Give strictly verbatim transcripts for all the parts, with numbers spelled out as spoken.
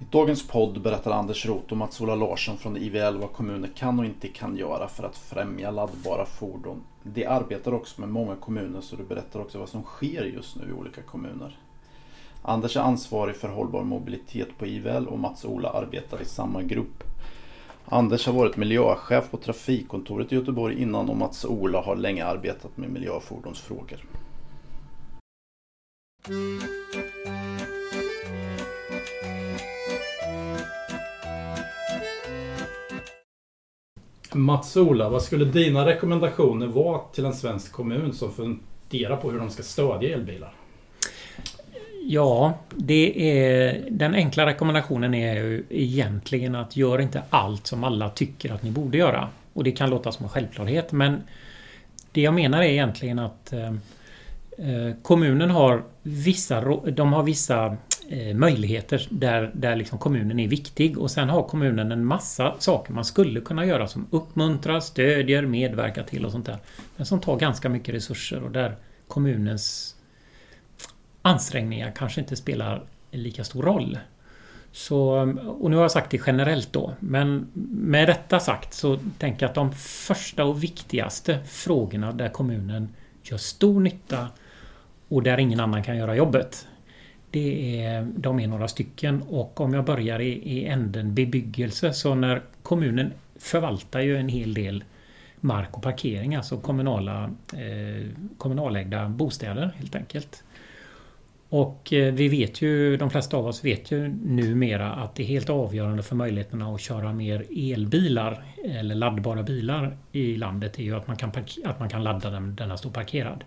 I dagens podd berättar Anders Roth och Mats-Ola Larsson från I V L vad kommuner kan och inte kan göra för att främja laddbara fordon. De arbetar också med många kommuner, så du berättar också vad som sker just nu i olika kommuner. Anders är ansvarig för hållbar mobilitet på I V L och Mats-Ola arbetar i samma grupp. Anders har varit miljöchef på trafikkontoret i Göteborg innan och Mats-Ola har länge arbetat med miljöfordonsfrågor. Mats-Ola, vad skulle dina rekommendationer vara till en svensk kommun som funderar på hur de ska stödja elbilar? Ja, det är, den enkla rekommendationen är ju egentligen att gör inte allt som alla tycker att ni borde göra. Och det kan låta som en självklarhet, men det jag menar är egentligen att eh, kommunen har vissa, de har vissa eh, möjligheter där, där liksom kommunen är viktig, och sen har kommunen en massa saker man skulle kunna göra som uppmuntrar, stödjer, medverkar till och sånt där. Men som tar ganska mycket resurser och där kommunens ansträngningar kanske inte spelar en lika stor roll. Så, och nu har jag sagt det generellt då, men med detta sagt så tänker jag att de första och viktigaste frågorna där kommunen gör stor nytta och där ingen annan kan göra jobbet, det är, de är några stycken. Och om jag börjar i, i änden bebyggelse, så när kommunen förvaltar ju en hel del mark och parkering, alltså kommunala, eh, kommunalägda bostäder helt enkelt. Och eh, vi vet ju, de flesta av oss vet ju numera att det är helt avgörande för möjligheterna att köra mer elbilar eller laddbara bilar i landet är ju att man kan, park- att man kan ladda den, denna står parkerad.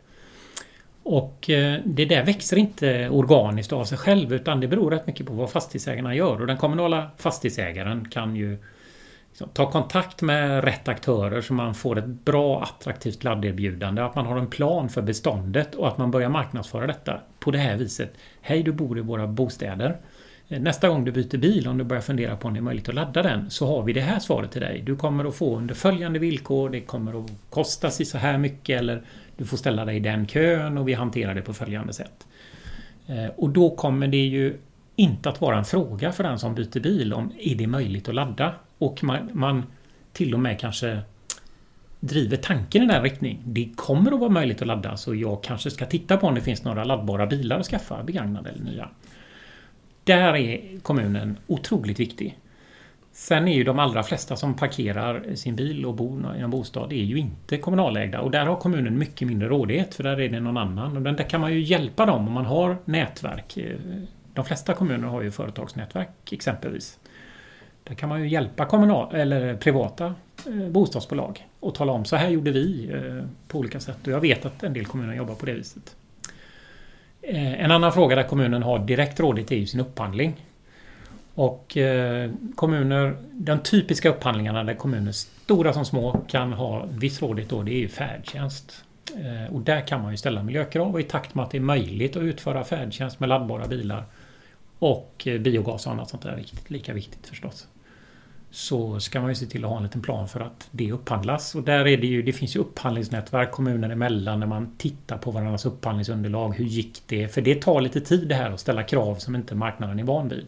Och eh, det där växer inte organiskt av sig själv, utan det beror rätt mycket på vad fastighetsägarna gör. Och den kommunala fastighetsägaren kan ju liksom ta kontakt med rätt aktörer så man får ett bra attraktivt ladderbjudande, att man har en plan för beståndet och att man börjar marknadsföra detta på det här viset. Hej, du bor i våra bostäder. Nästa gång du byter bil, om du börjar fundera på om det är möjligt att ladda den, så har vi det här svaret till dig. Du kommer att få under följande villkor, det kommer att kosta sig så här mycket, eller du får ställa dig i den kön och vi hanterar det på följande sätt. Och då kommer det ju inte att vara en fråga för den som byter bil om är det möjligt att ladda. Och man, man till och med kanske driver tanken i den riktning. Det kommer att vara möjligt att ladda, så jag kanske ska titta på om det finns några laddbara bilar att skaffa, begagnade eller nya. Där är kommunen otroligt viktig. Sen är ju de allra flesta som parkerar sin bil och bor i en bostad är ju inte kommunalägda. Och där har kommunen mycket mindre rådighet, för där är det någon annan. Och där kan man ju hjälpa dem om man har nätverk. De flesta kommuner har ju företagsnätverk exempelvis. Där kan man ju hjälpa kommunal, eller privata eh, bostadsbolag och tala om så här gjorde vi eh, på olika sätt. Och jag vet att en del kommuner jobbar på det viset. Eh, en annan fråga där kommunen har direkt rådigt är ju sin upphandling. Och eh, kommuner, de typiska upphandlingarna där kommuner stora som små kan ha viss rådigt då, det är ju färdtjänst. Eh, och där kan man ju ställa miljökrav, och i takt med att det är möjligt att utföra färdtjänst med laddbara bilar och eh, biogas och annat sånt där är viktigt, lika viktigt förstås, så ska man ju se till att ha en liten plan för att det upphandlas. Och där är det ju, det finns ju upphandlingsnätverk kommuner emellan när man tittar på varandras upphandlingsunderlag. Hur gick det? För det tar lite tid det här att ställa krav som inte marknaden är van vid.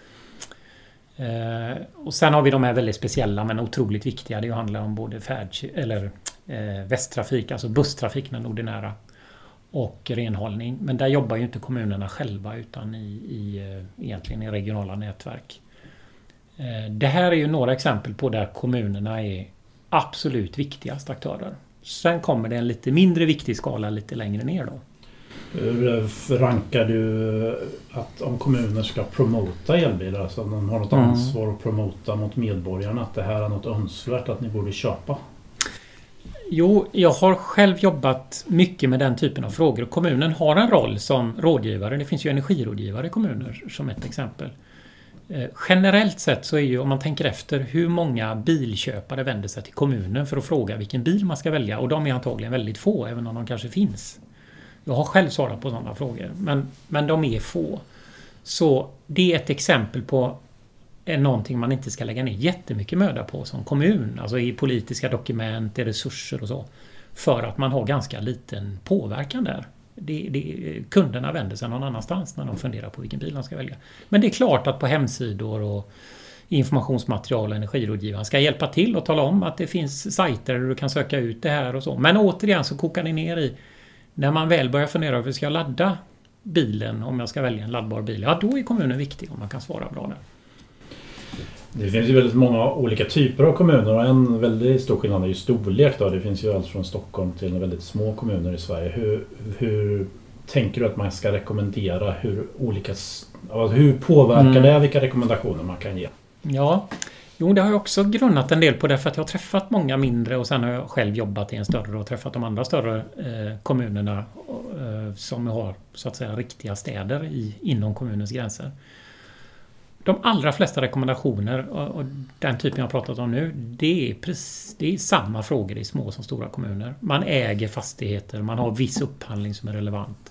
Eh, och sen har vi de här väldigt speciella men otroligt viktiga. Det handlar om både färd eller eh, västtrafik, alltså busstrafik, den ordinära, och renhållning. Men där jobbar ju inte kommunerna själva utan i, i egentligen i regionala nätverk. Det här är ju några exempel på där kommunerna är absolut viktigast aktörer. Sen kommer det en lite mindre viktig skala lite längre ner då. Hur rankar du att om kommuner ska promota elbilar, alltså om de har något Mm. ansvar att promota mot medborgarna, att det här är något önskvärt att ni borde köpa? Jo, jag har själv jobbat mycket med den typen av frågor. Kommunen har en roll som rådgivare. Det finns ju energirådgivare i kommuner som ett exempel. Eh, generellt sett så är ju, om man tänker efter, hur många bilköpare vänder sig till kommunen för att fråga vilken bil man ska välja. Och de är antagligen väldigt få, även om de kanske finns. Jag har själv svarat på sådana frågor, men, men de är få. Så det är ett exempel på är någonting man inte ska lägga ner jättemycket möda på som kommun, alltså i politiska dokument, i resurser och så, för att man har ganska liten påverkan där. Det, det, kunderna vänder sig någon annanstans när de funderar på vilken bil de ska välja. Men det är klart att på hemsidor och informationsmaterial och energirådgivaren ska hjälpa till och tala om att det finns sajter där du kan söka ut det här och så. Men återigen så kokar det ner i när man väl börjar fundera över ska jag ladda bilen om jag ska välja en laddbar bil. Ja, då är kommunen viktig om man kan svara bra där. Det finns ju väldigt många olika typer av kommuner och en väldigt stor skillnad är ju storlek då. Det finns ju allt från Stockholm till väldigt små kommuner i Sverige. Hur, hur tänker du att man ska rekommendera hur olika, hur påverkar mm. det vilka rekommendationer man kan ge? Ja, jo det har jag också grunnat en del på därför att jag har träffat många mindre och sen har jag själv jobbat i en större och träffat de andra större eh, kommunerna eh, som har så att säga riktiga städer i, inom kommunens gränser. De allra flesta rekommendationer och den typen jag har pratat om nu, det är, precis, det är samma frågor i små som stora kommuner. Man äger fastigheter, man har viss upphandling som är relevant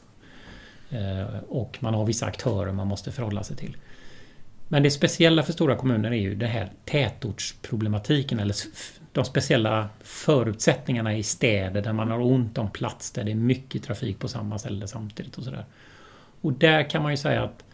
och man har vissa aktörer man måste förhålla sig till. Men det speciella för stora kommuner är ju det här tätortsproblematiken eller de speciella förutsättningarna i städer där man har ont om plats, där det är mycket trafik på samma ställe samtidigt och sådär. Och där kan man ju säga att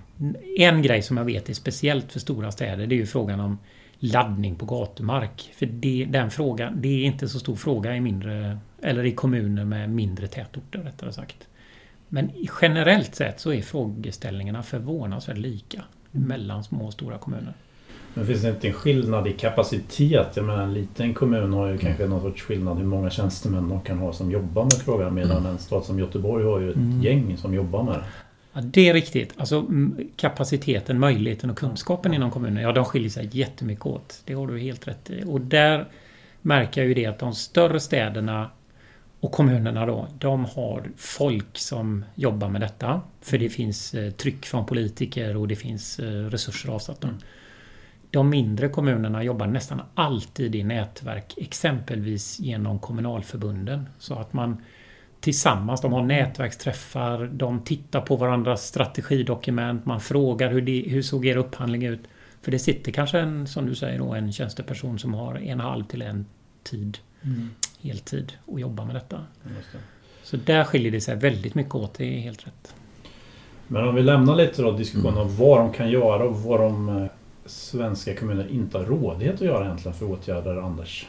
en grej som jag vet är speciellt för stora städer, det är ju frågan om laddning på gatumark. För det, den frågan, det är inte så stor fråga i mindre eller i kommuner med mindre tätorter rättare sagt. Men generellt sett så är frågeställningarna förvånansvärt lika mellan små och stora kommuner. Men finns det inte en skillnad i kapacitet? Jag menar en liten kommun har ju kanske någon sorts skillnad hur många tjänstemän de kan ha som jobbar med frågan medan mm. en stad som Göteborg har ju ett mm. gäng som jobbar med det. Ja, det är riktigt. Alltså kapaciteten, möjligheten och kunskapen inom kommunen, ja de skiljer sig jättemycket åt. Det har du helt rätt i. Och där märker jag ju det att de större städerna och kommunerna då, de har folk som jobbar med detta. För det finns eh, tryck från politiker och det finns eh, resurser avsatta. Mm. De mindre kommunerna jobbar nästan alltid i nätverk, exempelvis genom kommunalförbunden. Så att man tillsammans, de har nätverksträffar, de tittar på varandras strategidokument, man frågar hur, det, hur såg er upphandling ut. För det sitter kanske en, som du säger då, en tjänsteperson som har en halv till en tid, mm. heltid och jobbar med detta. Just det. Så där skiljer det sig väldigt mycket åt, det är helt rätt. Men om vi lämnar lite då diskussionen mm. om vad de kan göra och vad de svenska kommuner inte har rådighet att göra egentligen för åtgärder, Anders?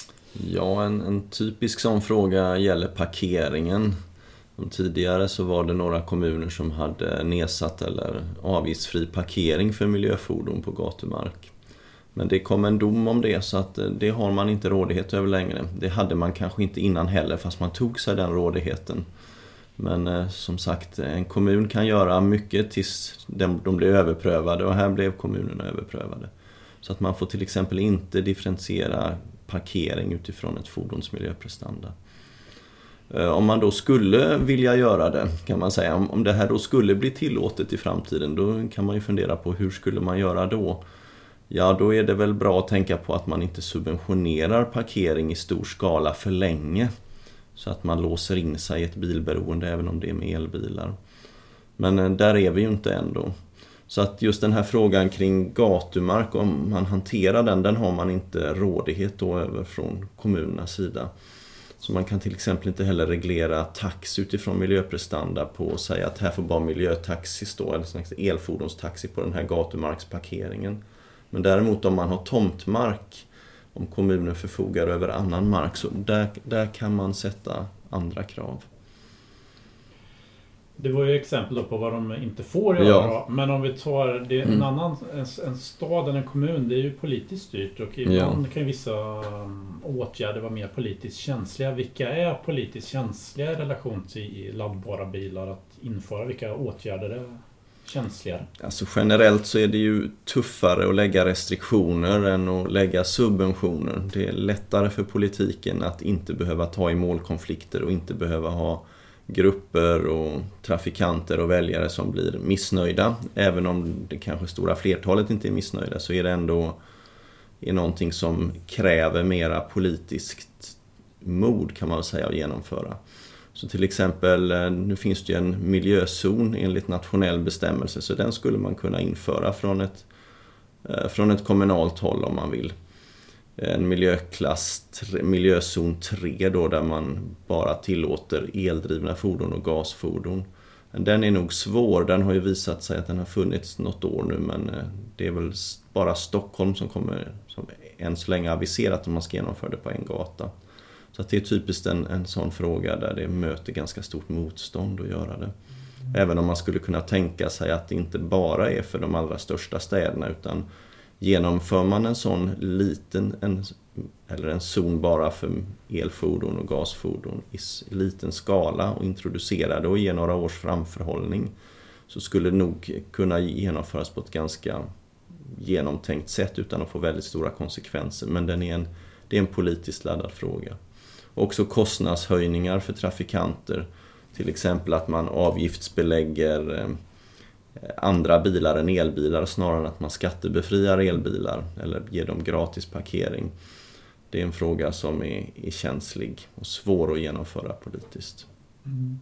Ja, en, en typisk sån fråga gäller parkeringen. Som tidigare så var det några kommuner som hade nedsatt eller avgiftsfri parkering för miljöfordon på gatumark. Men det kom en dom om det så att det har man inte rådighet över längre. Det hade man kanske inte innan heller fast man tog sig den rådigheten. Men eh, som sagt, en kommun kan göra mycket tills de, de blir överprövade och här blev kommunerna överprövade. Så att man får till exempel inte differentiera parkering utifrån ett fordons miljöprestanda. Om man då skulle vilja göra det kan man säga, om det här då skulle bli tillåtet i framtiden, då kan man ju fundera på hur skulle man göra då? Ja, då är det väl bra att tänka på att man inte subventionerar parkering i stor skala för länge så att man låser in sig i ett bilberoende även om det är med elbilar. Men där är vi ju inte ändå. Så att just den här frågan kring gatumark, om man hanterar den, den har man inte rådighet då över från kommunernas sida. Så man kan till exempel inte heller reglera tax utifrån miljöprestanda på och säga att här får bara miljötaxi stå eller sån elfordonstaxi på den här gatumarksparkeringen. Men däremot om man har tomtmark, om kommunen förfogar över annan mark, så där, där kan man sätta andra krav. Det var ju exempel då på vad de inte får göra. Ja. Men om vi tar det, en mm. annan en, en stad eller en kommun, det är ju politiskt styrt och ibland ja. kan vissa åtgärder vara mer politiskt känsliga. Vilka är politiskt känsliga i relation till laddbara bilar att införa? Vilka åtgärder är känsligare? Alltså generellt så är det ju tuffare att lägga restriktioner än att lägga subventioner. Det är lättare för politiken att inte behöva ta i målkonflikter och inte behöva ha grupper och trafikanter och väljare som blir missnöjda. Även om det kanske stora flertalet inte är missnöjda, så är det ändå är någonting som kräver mera politiskt mod kan man väl säga att genomföra. Så till exempel, nu finns det ju en miljözon enligt nationell bestämmelse, så den skulle man kunna införa från ett, från ett kommunalt håll om man vill. en miljöklass, miljözon tre då, där man bara tillåter eldrivna fordon och gasfordon. Den är nog svår, den har ju visat sig att den har funnits något år nu, men det är väl bara Stockholm som kommer, som än så länge aviserat att man ska genomföra det på en gata. Så att det är typiskt en, en sån fråga där det möter ganska stort motstånd att göra det. Mm. Även om man skulle kunna tänka sig att det inte bara är för de allra största städerna, utan genomför man en sån liten, en, eller en zon bara för elfordon och gasfordon i liten skala och introducerar det och ger några års framförhållning, så skulle det nog kunna genomföras på ett ganska genomtänkt sätt utan att få väldigt stora konsekvenser. Men den är en, det är en politiskt laddad fråga. Också kostnadshöjningar för trafikanter. Till exempel att man avgiftsbelägger andra bilar än elbilar snarare än att man skattebefriar elbilar eller ger dem gratis parkering. Det är en fråga som är, är känslig och svår att genomföra politiskt. Mm.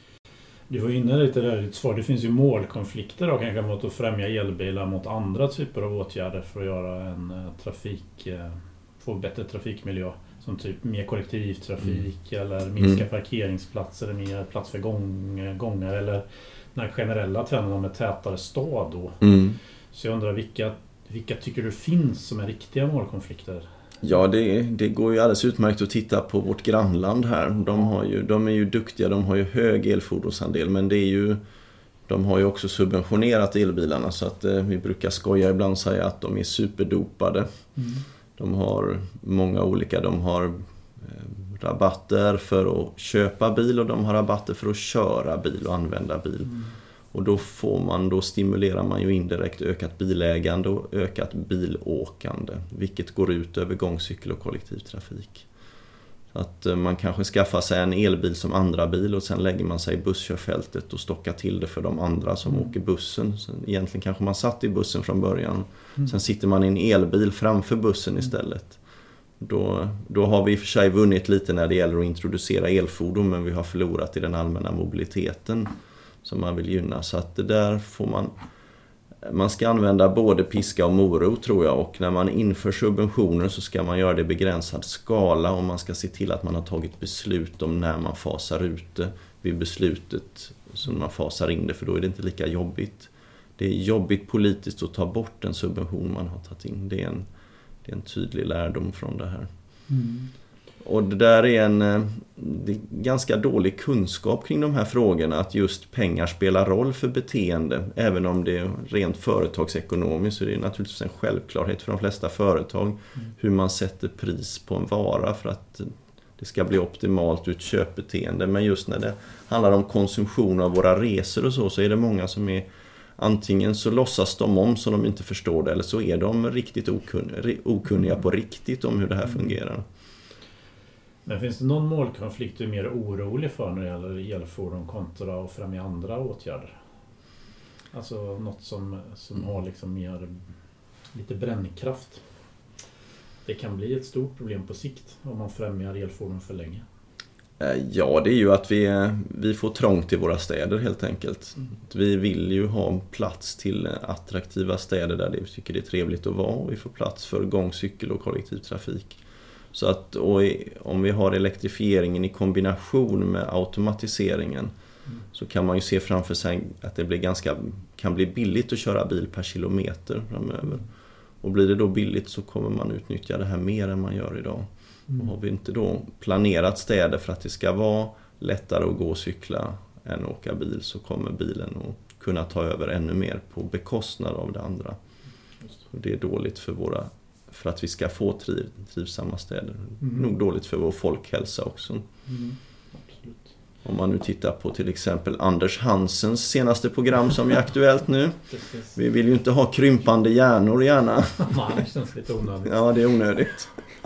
Du var inne lite där i ditt svar. Det finns ju målkonflikter då, kanske mot att främja elbilar mot andra typer av åtgärder för att göra en trafik, få bättre trafikmiljö. Som typ mer kollektivtrafik mm. eller minska mm. parkeringsplatser, mer plats för gång, gångar eller den här generella trenden med tätare stad då. Mm. Så jag undrar, vilka, vilka tycker du finns som är riktiga målkonflikter? Ja, det, det går ju alldeles utmärkt att titta på vårt grannland här. De, har ju, de är ju duktiga, de har ju hög elfordonsandel, men det är ju, de har ju också subventionerat elbilarna, så att eh, vi brukar skoja ibland säga att de är superdopade. Mm. De har många olika, de har eh, rabatter för att köpa bil och de har rabatter för att köra bil och använda bil. Mm. Och då får man, då stimulerar man ju indirekt ökat bilägande och ökat bilåkande, vilket går ut över gångcykel och kollektivtrafik. Så att eh, man kanske skaffar sig en elbil som andra bil och sen lägger man sig i busskörfältet och stockar till det för de andra som mm. åker bussen. Så egentligen kanske man satt i bussen från början. Mm. Sen sitter man i en elbil framför bussen mm. istället. Då, då har vi i och för sig vunnit lite när det gäller att introducera elfordon, men vi har förlorat i den allmänna mobiliteten som man vill gynna. Så att det där får man... Man ska använda både piska och morot, tror jag, och när man inför subventioner så ska man göra det i begränsad skala och man ska se till att man har tagit beslut om när man fasar ut det vid beslutet så man fasar in det, för då är det inte lika jobbigt. Det är jobbigt politiskt att ta bort en subvention man har tagit in. Det är en, det är en tydlig lärdom från det här. Mm. Och det där är en det är ganska dålig kunskap kring de här frågorna, att just pengar spelar roll för beteende. Även om det är rent företagsekonomiskt så är det naturligtvis en självklarhet för de flesta företag mm. hur man sätter pris på en vara för att det ska bli optimalt ur ett köpbeteende. Men just när det handlar om konsumtion av våra resor och så, så är det många som är antingen så låtsas de om så de inte förstår det, eller så är de riktigt okunniga, okunniga på riktigt om hur det här fungerar. Men finns det någon målkonflikt du är mer orolig för när det gäller elfordon kontra att främja andra åtgärder? Alltså något som, som har liksom mer lite brännkraft. Det kan bli ett stort problem på sikt om man främjar elfordon för länge. Ja, det är ju att vi, vi får trångt i våra städer helt enkelt. Mm. Vi vill ju ha plats till attraktiva städer där vi tycker det är trevligt att vara, och vi får plats för gång, cykel och kollektivtrafik. Så att, och om vi har elektrifieringen i kombination med automatiseringen mm. så kan man ju se framför sig att det blir ganska, kan bli billigt att köra bil per kilometer framöver. Mm. Och blir det då billigt så kommer man utnyttja det här mer än man gör idag. Mm. Och har vi inte då planerat städer för att det ska vara lättare att gå och cykla än att åka bil, så kommer bilen att kunna ta över ännu mer på bekostnad av det andra. Och det är dåligt för våra för att vi ska få triv, trivsamma städer. Mm. Nog dåligt för vår folkhälsa också. Mm. Absolut. Om man nu tittar på till exempel Anders Hansens senaste program som är aktuellt nu. Precis. Vi vill ju inte ha krympande hjärnor gärna. Nej, det känns lite onödigt. Ja, det är onödigt.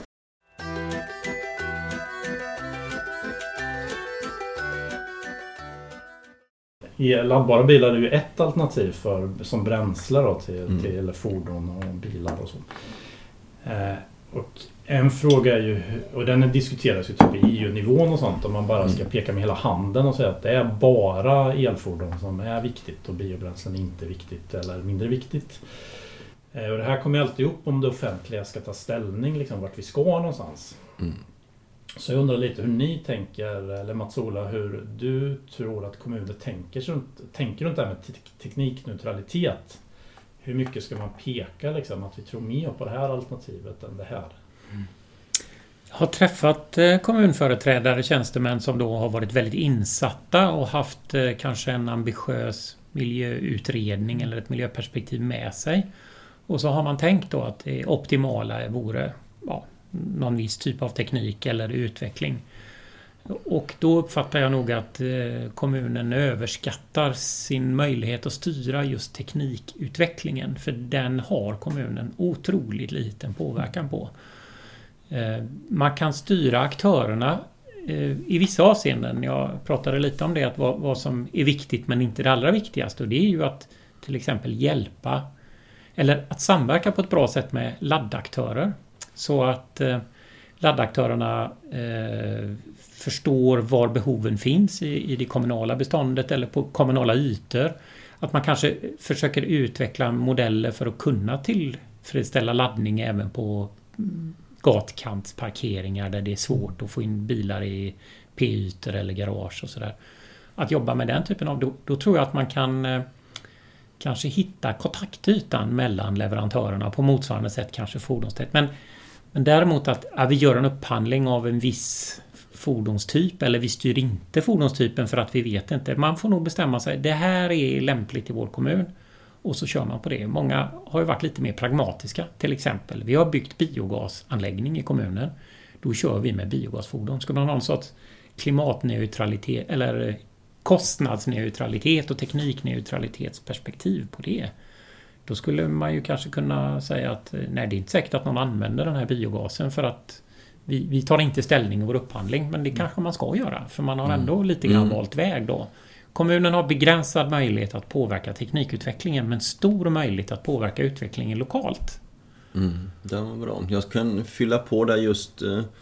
Laddbara bilar är ju ett alternativ för, som bränsle då, till, mm. till fordon och bilar och så. Eh, och en fråga är ju, och den diskuteras ju typ i E U-nivån och sånt, om man bara ska peka med hela handen och säga att det är bara elfordon som är viktigt och biobränslen inte viktigt eller mindre viktigt. Och det här kommer alltid upp om det offentliga ska ta ställning, liksom vart vi ska någonstans. Mm. Så jag undrar lite hur ni tänker, eller Mats-Ola, hur du tror att kommuner tänker runt, tänker runt det här med te- teknikneutralitet. Hur mycket ska man peka liksom, att vi tror mer på det här alternativet än det här? Mm. Jag har träffat kommunföreträdare, tjänstemän som då har varit väldigt insatta och haft kanske en ambitiös miljöutredning eller ett miljöperspektiv med sig. Och så har man tänkt då att det optimala vore ja, någon viss typ av teknik eller utveckling. Och då uppfattar jag nog att kommunen överskattar sin möjlighet att styra just teknikutvecklingen. För den har kommunen otroligt liten påverkan på. Man kan styra aktörerna i vissa avseenden. Jag pratade lite om det, att vad, vad som är viktigt men inte det allra viktigaste. Och det är ju att till exempel hjälpa eller att samverka på ett bra sätt med laddaktörer. Så att eh, laddaktörerna eh, förstår var behoven finns i, i det kommunala beståndet eller på kommunala ytor. Att man kanske försöker utveckla modeller för att kunna tillfredsställa laddning även på gatkantsparkeringar där det är svårt att få in bilar i P-ytor eller garage och sådär. Att jobba med den typen av, då, då tror jag att man kan eh, kanske hitta kontaktytan mellan leverantörerna på motsvarande sätt, kanske fordonstätt. Men, men däremot att ja, vi gör en upphandling av en viss fordonstyp eller vi styr inte fordonstypen för att vi vet inte. Man får nog bestämma sig, det här är lämpligt i vår kommun och så kör man på det. Många har ju varit lite mer pragmatiska. Till exempel, vi har byggt biogasanläggning i kommunen. Då kör vi med biogasfordon. Ska man ha någon sorts klimatneutralitet eller kostnadsneutralitet och teknikneutralitetsperspektiv på det, då skulle man ju kanske kunna säga att nej, det är inte säkert att någon använder den här biogasen för att vi, vi tar inte ställning i vår upphandling, men det kanske man ska göra för man har ändå lite grann mm. valt väg då. Kommunen har begränsad möjlighet att påverka teknikutvecklingen men stor möjlighet att påverka utvecklingen lokalt. Mm, det var bra. Jag kan fylla på där just.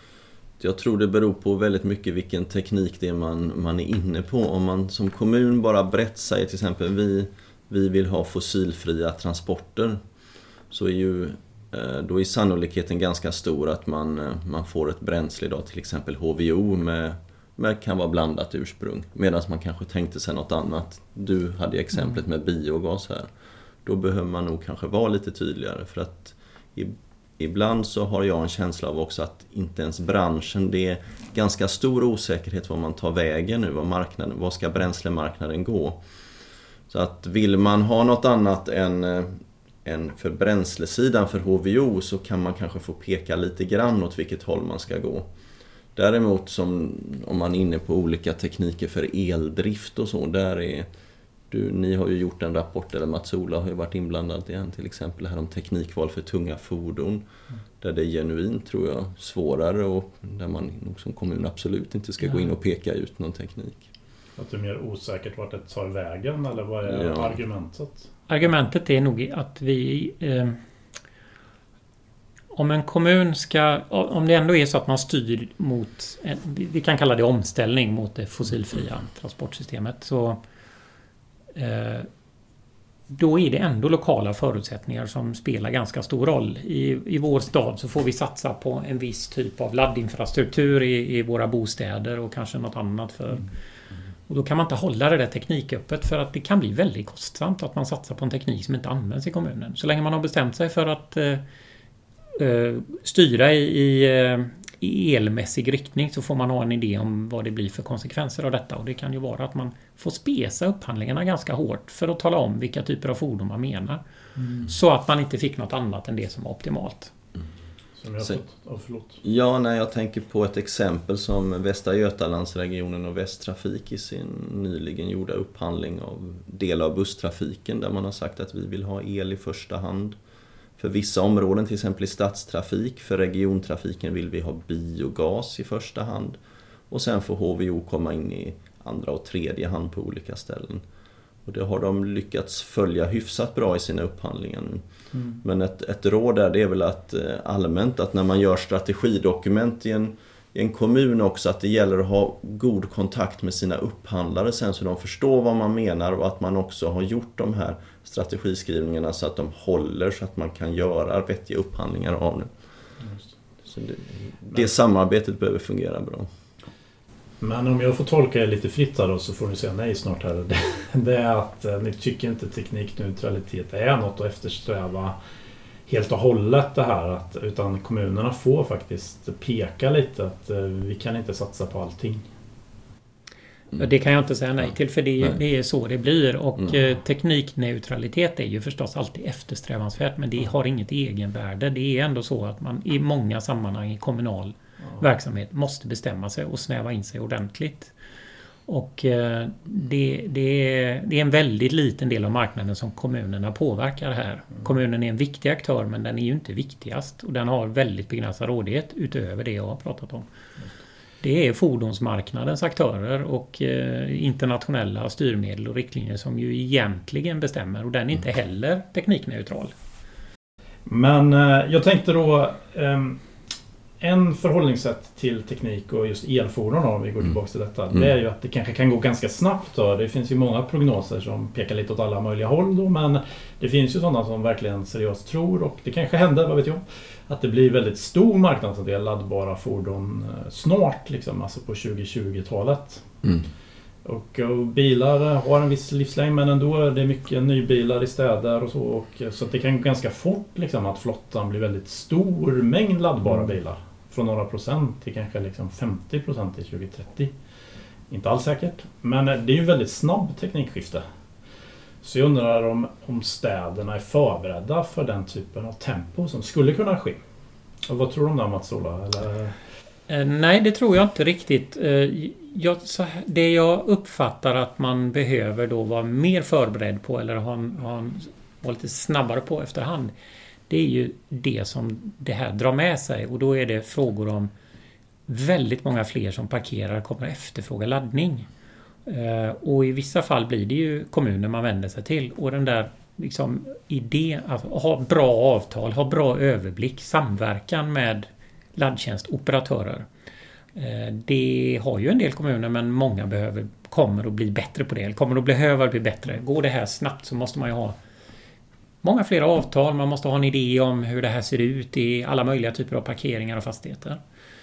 Jag tror det beror på väldigt mycket vilken teknik det är man, man är inne på. Om man som kommun bara brett säger till exempel vi, vi vill ha fossilfria transporter, så är ju då är sannolikheten ganska stor att man, man får ett bränsle idag, till exempel H V O med, med kan vara blandat ursprung. Medan man kanske tänkte sig något annat. Du hade exemplet med biogas här. Då behöver man nog kanske vara lite tydligare, för att i ibland så har jag en känsla av också att inte ens branschen, det är ganska stor osäkerhet vad man tar vägen nu, vad marknaden, vad ska bränslemarknaden gå. Så att vill man ha något annat än, än för bränslesidan för H V O, så kan man kanske få peka lite grann åt vilket håll man ska gå. Däremot som om man är inne på olika tekniker för eldrift och så, där är Du, ni har ju gjort en rapport, eller Mats-Ola har ju varit inblandad igen, till exempel här om teknikval för tunga fordon. Mm. Där det är genuint, tror jag, svårare och där man som kommun absolut inte ska ja. gå in och peka ut någon teknik. Att det är mer osäkert vart det tar vägen, eller vad är ja. argumentet? Argumentet är nog att vi... Eh, om en kommun ska... Om det ändå är så att man styr mot... Vi kan kalla det omställning mot det fossilfria transportsystemet, så... då är det ändå lokala förutsättningar som spelar ganska stor roll. I, i vår stad så får vi satsa på en viss typ av laddinfrastruktur i, i våra bostäder och kanske något annat för. Mm. Och då kan man inte hålla det där tekniköppet, för att det kan bli väldigt kostsamt att man satsar på en teknik som inte används i kommunen. Så länge man har bestämt sig för att eh, styra i, i i elmässig riktning, så får man ha en idé om vad det blir för konsekvenser av detta. Och det kan ju vara att man får spesa upphandlingarna ganska hårt för att tala om vilka typer av fordon man menar. Mm. Så att man inte fick något annat än det som var optimalt. Mm. Som jag fått, oh, förlåt. Ja, när jag tänker på ett exempel som Västra Götalandsregionen och Västtrafik i sin nyligen gjorda upphandling av del av busstrafiken, där man har sagt att vi vill ha el i första hand. För vissa områden, till exempel i stadstrafik, för regiontrafiken vill vi ha biogas i första hand. Och sen får H V O komma in i andra och tredje hand på olika ställen. Och det har de lyckats följa hyfsat bra i sina upphandlingar nu. Mm. Men ett, ett råd där, det är väl att allmänt att när man gör strategidokument i en, i en kommun också att det gäller att ha god kontakt med sina upphandlare sen så de förstår vad man menar och att man också har gjort de här strategiskrivningarna så att de håller så att man kan göra vettiga upphandlingar av det. Så det, det samarbetet behöver fungera bra. Men om jag får tolka er lite fritt här då, så får ni säga nej snart här. Det, det är att eh, ni tycker inte teknikneutralitet är något att eftersträva helt och hållet det här. Att, utan kommunerna får faktiskt peka lite att eh, vi kan inte satsa på allting. Mm. Det kan jag inte säga nej till, för det, det är så det blir. Och mm. teknikneutralitet är ju förstås alltid eftersträvansvärt, men det har inget egenvärde. Det är ändå så att man i många sammanhang i kommunal verksamhet måste bestämma sig och snäva in sig ordentligt. Och det, det, är, det är en väldigt liten del av marknaden som kommunerna påverkar här. Kommunen är en viktig aktör, men den är ju inte viktigast. Och den har väldigt begränsad rådighet utöver det jag har pratat om. Det är fordonsmarknadens aktörer och internationella styrmedel och riktlinjer som ju egentligen bestämmer. Och den är inte heller teknikneutral. Men jag tänkte då... Um... En förhållningssätt till teknik och just elfordon, om vi går tillbaka till detta, mm. det är ju att det kanske kan gå ganska snabbt då. Det finns ju många prognoser som pekar lite åt alla möjliga håll då, men det finns ju sådana som verkligen seriöst tror, och det kanske händer, vad vet jag, att det blir väldigt stor marknadsandel laddbara fordon snart, liksom, alltså på tjugo-tjugotalet. Mm. Och, och bilar har en viss livslängd, men ändå är det mycket nybilar i städer och så, och, så att det kan gå ganska fort liksom, att flottan blir väldigt stor mängd laddbara bilar. Från några procent till kanske liksom femtio procent till tjugo trettio. Inte alls säkert. Men det är ju väldigt snabb teknikskifte. Så jag undrar om, om städerna är förberedda för den typen av tempo som skulle kunna ske. Och vad tror du om det, Mats-Ola? Eller? Eh, nej, det tror jag inte riktigt. Eh, jag, så, det jag uppfattar att man behöver då vara mer förberedd på eller ha, ha, vara lite snabbare på efterhand, det är ju det som det här drar med sig. Och då är det frågor om väldigt många fler som parkerar kommer att efterfråga laddning. Eh, och i vissa fall blir det ju kommuner man vänder sig till. Och den där liksom, idén att ha bra avtal, ha bra överblick, samverkan med laddtjänstoperatörer. Eh, det har ju en del kommuner, men många behöver, kommer att bli bättre på det. Eller kommer att behöva bli bättre. Går det här snabbt så måste man ju ha många fler avtal, man måste ha en idé om hur det här ser ut i alla möjliga typer av parkeringar och fastigheter.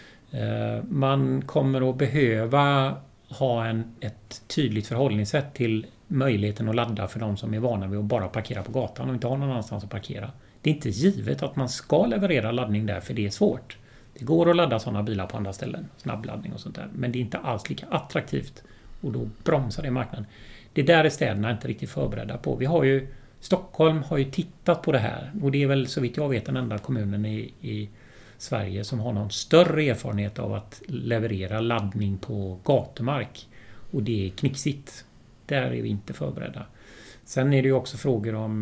Man kommer att behöva ha en, ett tydligt förhållningssätt till möjligheten att ladda för de som är vana vid att bara parkera på gatan och inte ha någon annanstans att parkera. Det är inte givet att man ska leverera laddning där, för det är svårt. Det går att ladda sådana bilar på andra ställen, snabbladdning och sånt där, men det är inte alls lika attraktivt och då bromsar det marknaden. Det där är städerna inte riktigt förberedda på. Vi har ju Stockholm har ju tittat på det här, och det är väl så vitt jag vet den enda kommunen i, i Sverige som har någon större erfarenhet av att leverera laddning på gatumark, och det är knixigt. Där är vi inte förberedda. Sen är det ju också frågor om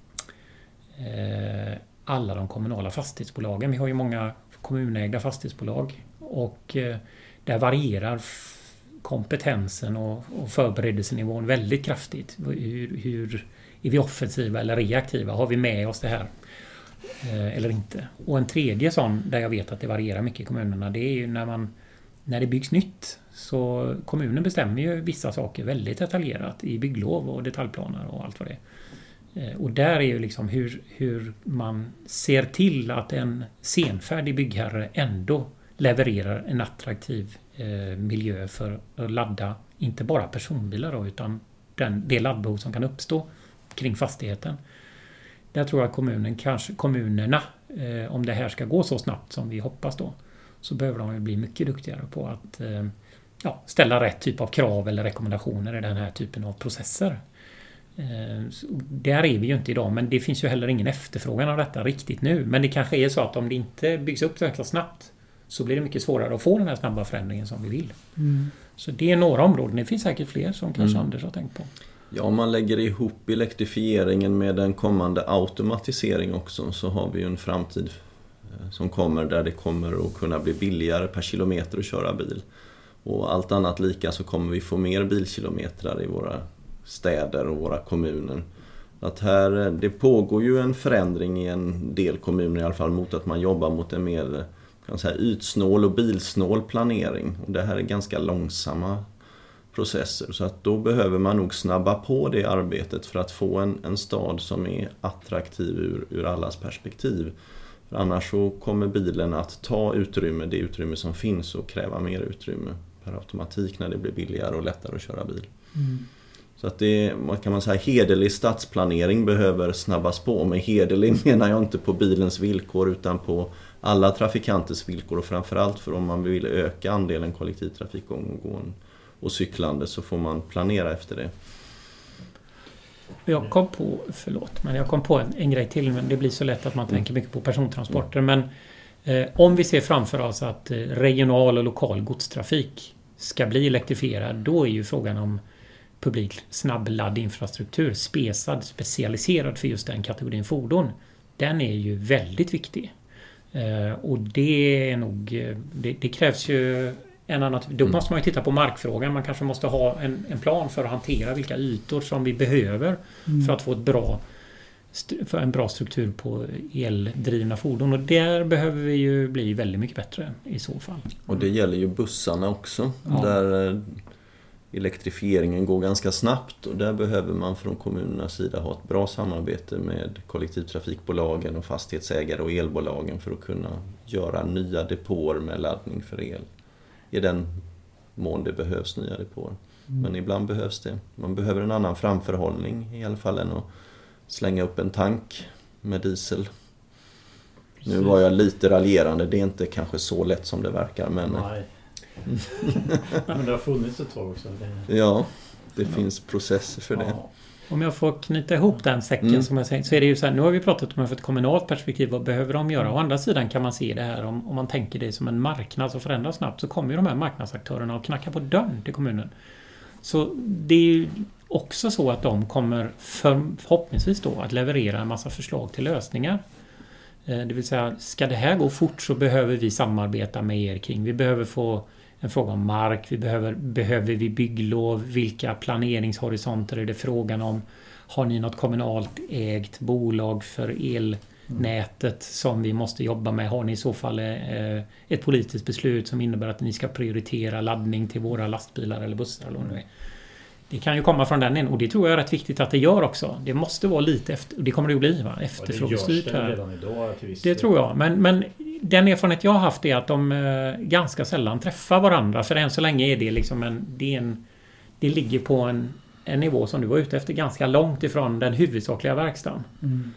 eh, alla de kommunala fastighetsbolagen. Vi har ju många kommunägda fastighetsbolag, och eh, där varierar f- kompetensen och, och förberedelsenivån väldigt kraftigt. Hur, hur är vi offensiva eller reaktiva? Har vi med oss det här eh, eller inte? Och en tredje sån där jag vet att det varierar mycket i kommunerna, det är ju när man när det byggs nytt, så kommunen bestämmer ju vissa saker väldigt detaljerat i bygglov och detaljplaner och allt vad det är. Eh, och där är ju liksom hur, hur man ser till att en senfärdig byggherre ändå levererar en attraktiv eh, miljö för att ladda inte bara personbilar då, utan den, det laddbehov som kan uppstå kring fastigheten. Där tror jag att kommunen, kanske, kommunerna, eh, om det här ska gå så snabbt som vi hoppas då, så behöver de ju bli mycket duktigare på att eh, ja, ställa rätt typ av krav eller rekommendationer i den här typen av processer. Eh, där är vi ju inte idag, men det finns ju heller ingen efterfrågan av detta riktigt nu. Men det kanske är så att om det inte byggs upp så snabbt, så blir det mycket svårare att få den här snabba förändringen som vi vill. Mm. Så det är några områden, det finns säkert fler som kanske mm. Anders har tänkt på. Ja, om man lägger ihop elektrifieringen med en kommande automatisering också, så har vi ju en framtid som kommer där det kommer att kunna bli billigare per kilometer att köra bil. Och allt annat lika så kommer vi få mer bilkilometrar i våra städer och våra kommuner. Att här, det pågår ju en förändring i en del kommuner i alla fall mot att man jobbar mot en mer kan säga, ytsnål och bilsnål planering. Och det här är ganska långsamma processer, så att då behöver man nog snabba på det arbetet för att få en, en stad som är attraktiv ur, ur allas perspektiv. För annars så kommer bilen att ta utrymme, det utrymme som finns, och kräva mer utrymme per automatik när det blir billigare och lättare att köra bil. Mm. Så att det, vad kan man säga, hederlig stadsplanering behöver snabbas på. Men hederlig menar jag inte på bilens villkor utan på alla trafikanters villkor, och framförallt för om man vill öka andelen kollektivtrafik och gång och cyklande så får man planera efter det. Jag kom på, förlåt, men jag kom på en, en grej till, men det blir så lätt att man tänker mycket på persontransporter. Mm. Men eh, om vi ser framför oss att eh, regional och lokal godstrafik ska bli elektrifierad, då är ju frågan om publik snabbladdinfrastruktur, spesad, specialiserad för just den kategorin fordon. Den är ju väldigt viktig. Eh, och det är nog, det, det krävs ju en annan, då mm. måste man ju titta på markfrågan. Man kanske måste ha en, en plan för att hantera vilka ytor som vi behöver mm. för att få ett bra, för en bra struktur på eldrivna fordon. Och där behöver vi ju bli väldigt mycket bättre i så fall. Och det gäller ju bussarna också. Ja. Där elektrifieringen går ganska snabbt, och där behöver man från kommunernas sida ha ett bra samarbete med kollektivtrafikbolagen och fastighetsägare och elbolagen för att kunna göra nya depåer med laddning för el. I den mån det behövs nya depåer. Mm. Men ibland behövs det. Man behöver en annan framförhållning i alla fall än att slänga upp en tank med diesel. Precis. Nu var jag lite raljerande. Det är inte kanske så lätt som det verkar. Men... Nej. Men det har funnits ett tag också. Det... Ja, det ja. finns processer för ja. det. Om jag får knyta ihop den säcken mm. som jag säger, så är det ju så här, nu har vi pratat om ett kommunalt perspektiv, vad behöver de göra? Å andra sidan kan man se det här, om, om man tänker det som en marknad som förändras snabbt, så kommer ju de här marknadsaktörerna att knacka på dörren till kommunen. Så det är ju också så att de kommer för, förhoppningsvis då att leverera en massa förslag till lösningar. Eh, det vill säga, ska det här gå fort så behöver vi samarbeta med er kring. Vi behöver få en fråga om mark, vi behöver, behöver vi bygglov, vilka planeringshorisonter är det frågan om? Har ni något kommunalt ägt bolag för elnätet som vi måste jobba med? Har ni i så fall eh, ett politiskt beslut som innebär att ni ska prioritera laddning till våra lastbilar eller bussar eller vad det är? Det kan ju komma från den in, och det tror jag är rätt viktigt att det gör också. Det måste vara lite efter, och det kommer det att bli, va? Efterfrågestyrt här. Det görs redan idag till viss Det tror jag, men, men den erfarenhet jag har haft är att de eh, ganska sällan träffar varandra, för än så länge är det liksom en, det, är en, det ligger på en, en nivå som du var ute efter, ganska långt ifrån den huvudsakliga verkstaden. Mm.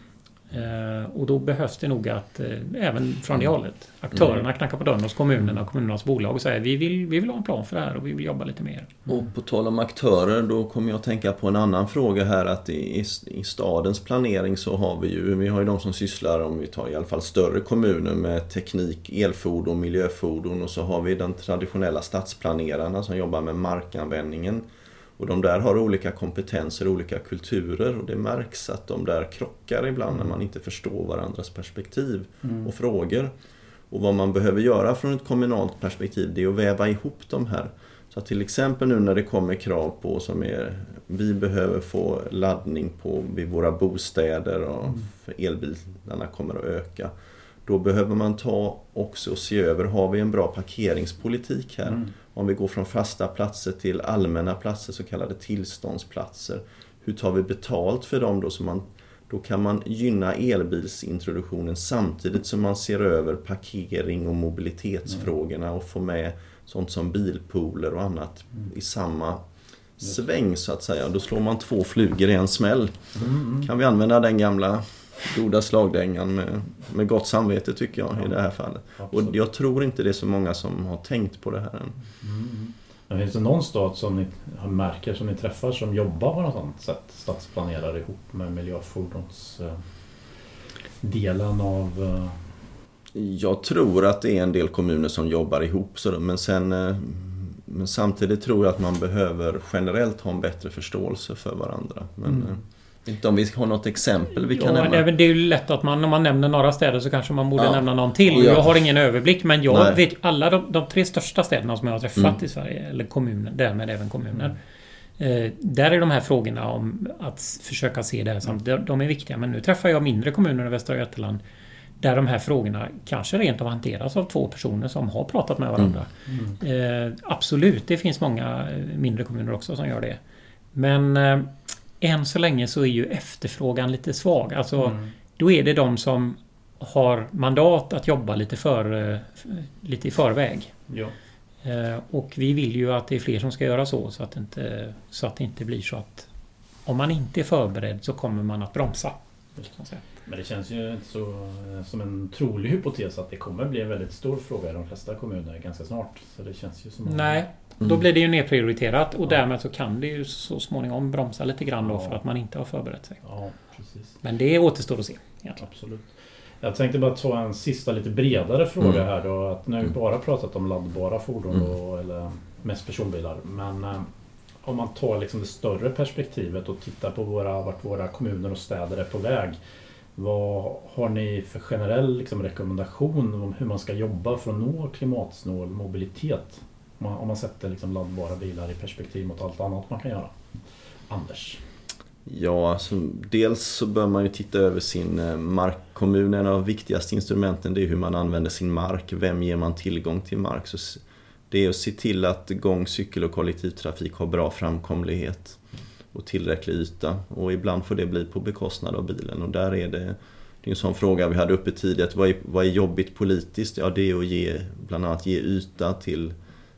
Eh, och då behövs det nog att eh, även från det hållet aktörerna mm. knackar på dörren hos kommunerna och kommunernas bolag och säger vi vill, vi vill ha en plan för det här och vi vill jobba lite mer. Mm. Och på tal om aktörer, då kommer jag att tänka på en annan fråga här, att i, i, i stadens planering så har vi ju, vi har ju de som sysslar, om vi tar i alla fall större kommuner, med teknik, elfordon, miljöfordon, och så har vi den traditionella stadsplanerarna som jobbar med markanvändningen. Och de där har olika kompetenser, olika kulturer, och det märks att de där krockar ibland när man inte förstår varandras perspektiv mm. och frågor. Och vad man behöver göra från ett kommunalt perspektiv, det är att väva ihop de här. Så att till exempel nu när det kommer krav på som är, vi behöver få laddning på vid våra bostäder och mm. för elbilarna kommer att öka. Då behöver man ta också och se över, har vi en bra parkeringspolitik här? Mm. Om vi går från fasta platser till allmänna platser, så kallade tillståndsplatser. Hur tar vi betalt för dem då? Så man, då kan man gynna elbilsintroduktionen samtidigt som man ser över parkering och mobilitetsfrågorna och får med sånt som bilpooler och annat mm. i samma sväng så att säga. Då slår man två flugor i en smäll. Mm. Kan vi använda den gamla goda slagdängan med, med gott samvete tycker jag ja, i det här fallet. Absolut. Och jag tror inte det är så många som har tänkt på det här än. Mm. Men finns det någon stad som ni märker som ni träffar som jobbar på något sånt sätt, stadsplanerar ihop med miljöfordons eh, delen av... Eh... Jag tror att det är en del kommuner som jobbar ihop, så, men sen... Eh, men samtidigt tror jag att man behöver generellt ha en bättre förståelse för varandra. Men, mm. eh, inte om vi har något exempel vi kan ja, nämna. Det är ju lätt att man, om man nämner några städer så kanske man borde ja. nämna någon till. Jag har ingen överblick, men jag Nej. vet alla de, de tre största städerna som jag har träffat mm. i Sverige, eller kommuner, därmed även kommuner. Mm. Eh, där är de här frågorna om att försöka se det här samt, de är viktiga. Men nu träffar jag mindre kommuner i Västra Götaland där de här frågorna kanske rent av hanteras av två personer som har pratat med varandra. Mm. Mm. Eh, absolut, det finns många mindre kommuner också som gör det. Men eh, än så länge så är ju efterfrågan lite svag. Alltså, mm. då är det de som har mandat att jobba lite, för, lite i förväg. Ja. Eh, och vi vill ju att det är fler som ska göra så, så att, inte, så att det inte blir så att om man inte är förberedd så kommer man att bromsa. Men det känns ju inte så som en trolig hypotes att det kommer bli en väldigt stor fråga i de flesta kommuner ganska snart. Så det känns ju som att... Nej, då mm. blir det ju nedprioriterat och ja. därmed så kan det ju så småningom bromsa lite grann då ja. för att man inte har förberett sig. Ja, precis. Men det återstår att se. Egentligen. Absolut. Jag tänkte bara ta en sista lite bredare fråga mm. här då. Att nu har vi bara pratat om laddbara fordon mm. då, eller mest personbilar. Men eh, om man tar liksom det större perspektivet och tittar på våra, vart våra kommuner och städer är på väg. Vad har ni för generell liksom, rekommendation om hur man ska jobba för att nå klimatsnål mobilitet? Om man, om man sätter liksom, laddbara bilar i perspektiv mot allt annat man kan göra. Anders? Ja, alltså, dels så bör man ju titta över sin markkommun. En av de viktigaste instrumenten det är hur man använder sin mark. Vem ger man tillgång till mark? Så det är att se till att gång-, cykel- och kollektivtrafik har bra framkomlighet och tillräcklig yta. Och ibland får det bli på bekostnad av bilen. Och där är det, det är en sån fråga vi hade uppe tidigare. Vad är, vad är jobbigt politiskt? Ja, det är att ge, bland annat ge yta till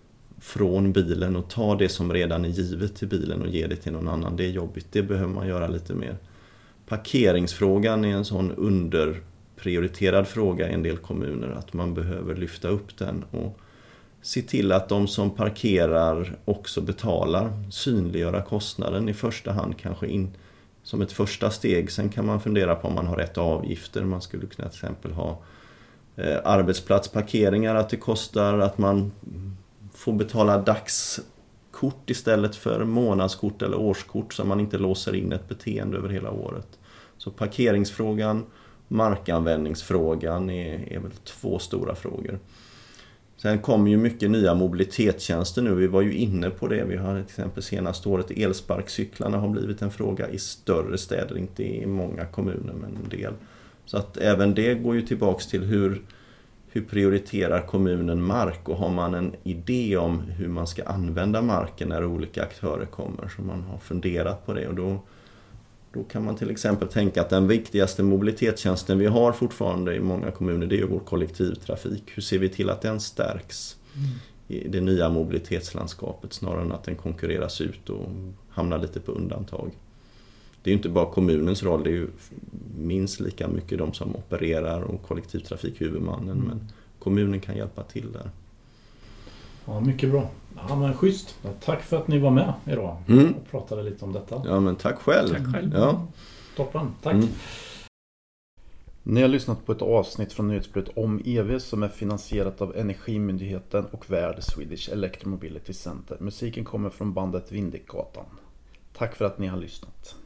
från bilen och ta det som redan är givet till bilen och ge det till någon annan. Det är jobbigt, det behöver man göra lite mer. Parkeringsfrågan är en sån underprioriterad fråga i en del kommuner att man behöver lyfta upp den och se till att de som parkerar också betalar, synliggöra kostnaden i första hand kanske in som ett första steg. Sen kan man fundera på om man har rätt avgifter. Man skulle kunna till exempel ha eh, arbetsplatsparkeringar, att det kostar att man får betala dagskort istället för månadskort eller årskort så man inte låser in ett beteende över hela året. Så parkeringsfrågan, markanvändningsfrågan är, är väl två stora frågor. Sen kommer ju mycket nya mobilitetstjänster nu. Vi var ju inne på det. Vi har till exempel senaste året elsparkcyklarna har blivit en fråga i större städer, inte i många kommuner men en del. Så att även det går ju tillbaks till hur Hur prioriterar kommunen mark och har man en idé om hur man ska använda marken när olika aktörer kommer så man har funderat på det och då, då kan man till exempel tänka att den viktigaste mobilitetstjänsten vi har fortfarande i många kommuner det är ju vår kollektivtrafik. Hur ser vi till att den stärks mm. i det nya mobilitetslandskapet snarare än att den konkurreras ut och hamnar lite på undantag. Det är ju inte bara kommunens roll, det är ju minst lika mycket de som opererar och kollektivtrafikhuvudmannen. Mm. Men kommunen kan hjälpa till där. Ja, mycket bra. Ja, men schysst. Tack för att ni var med idag mm. och pratade lite om detta. Ja, men tack själv. Tack själv. Ja. Toppen, tack. Mm. Ni har lyssnat på ett avsnitt från nyhetsbrevet om E V som är finansierat av Energimyndigheten och Värld Swedish Electromobility Center. Musiken kommer från bandet Vindikgatan. Tack för att ni har lyssnat.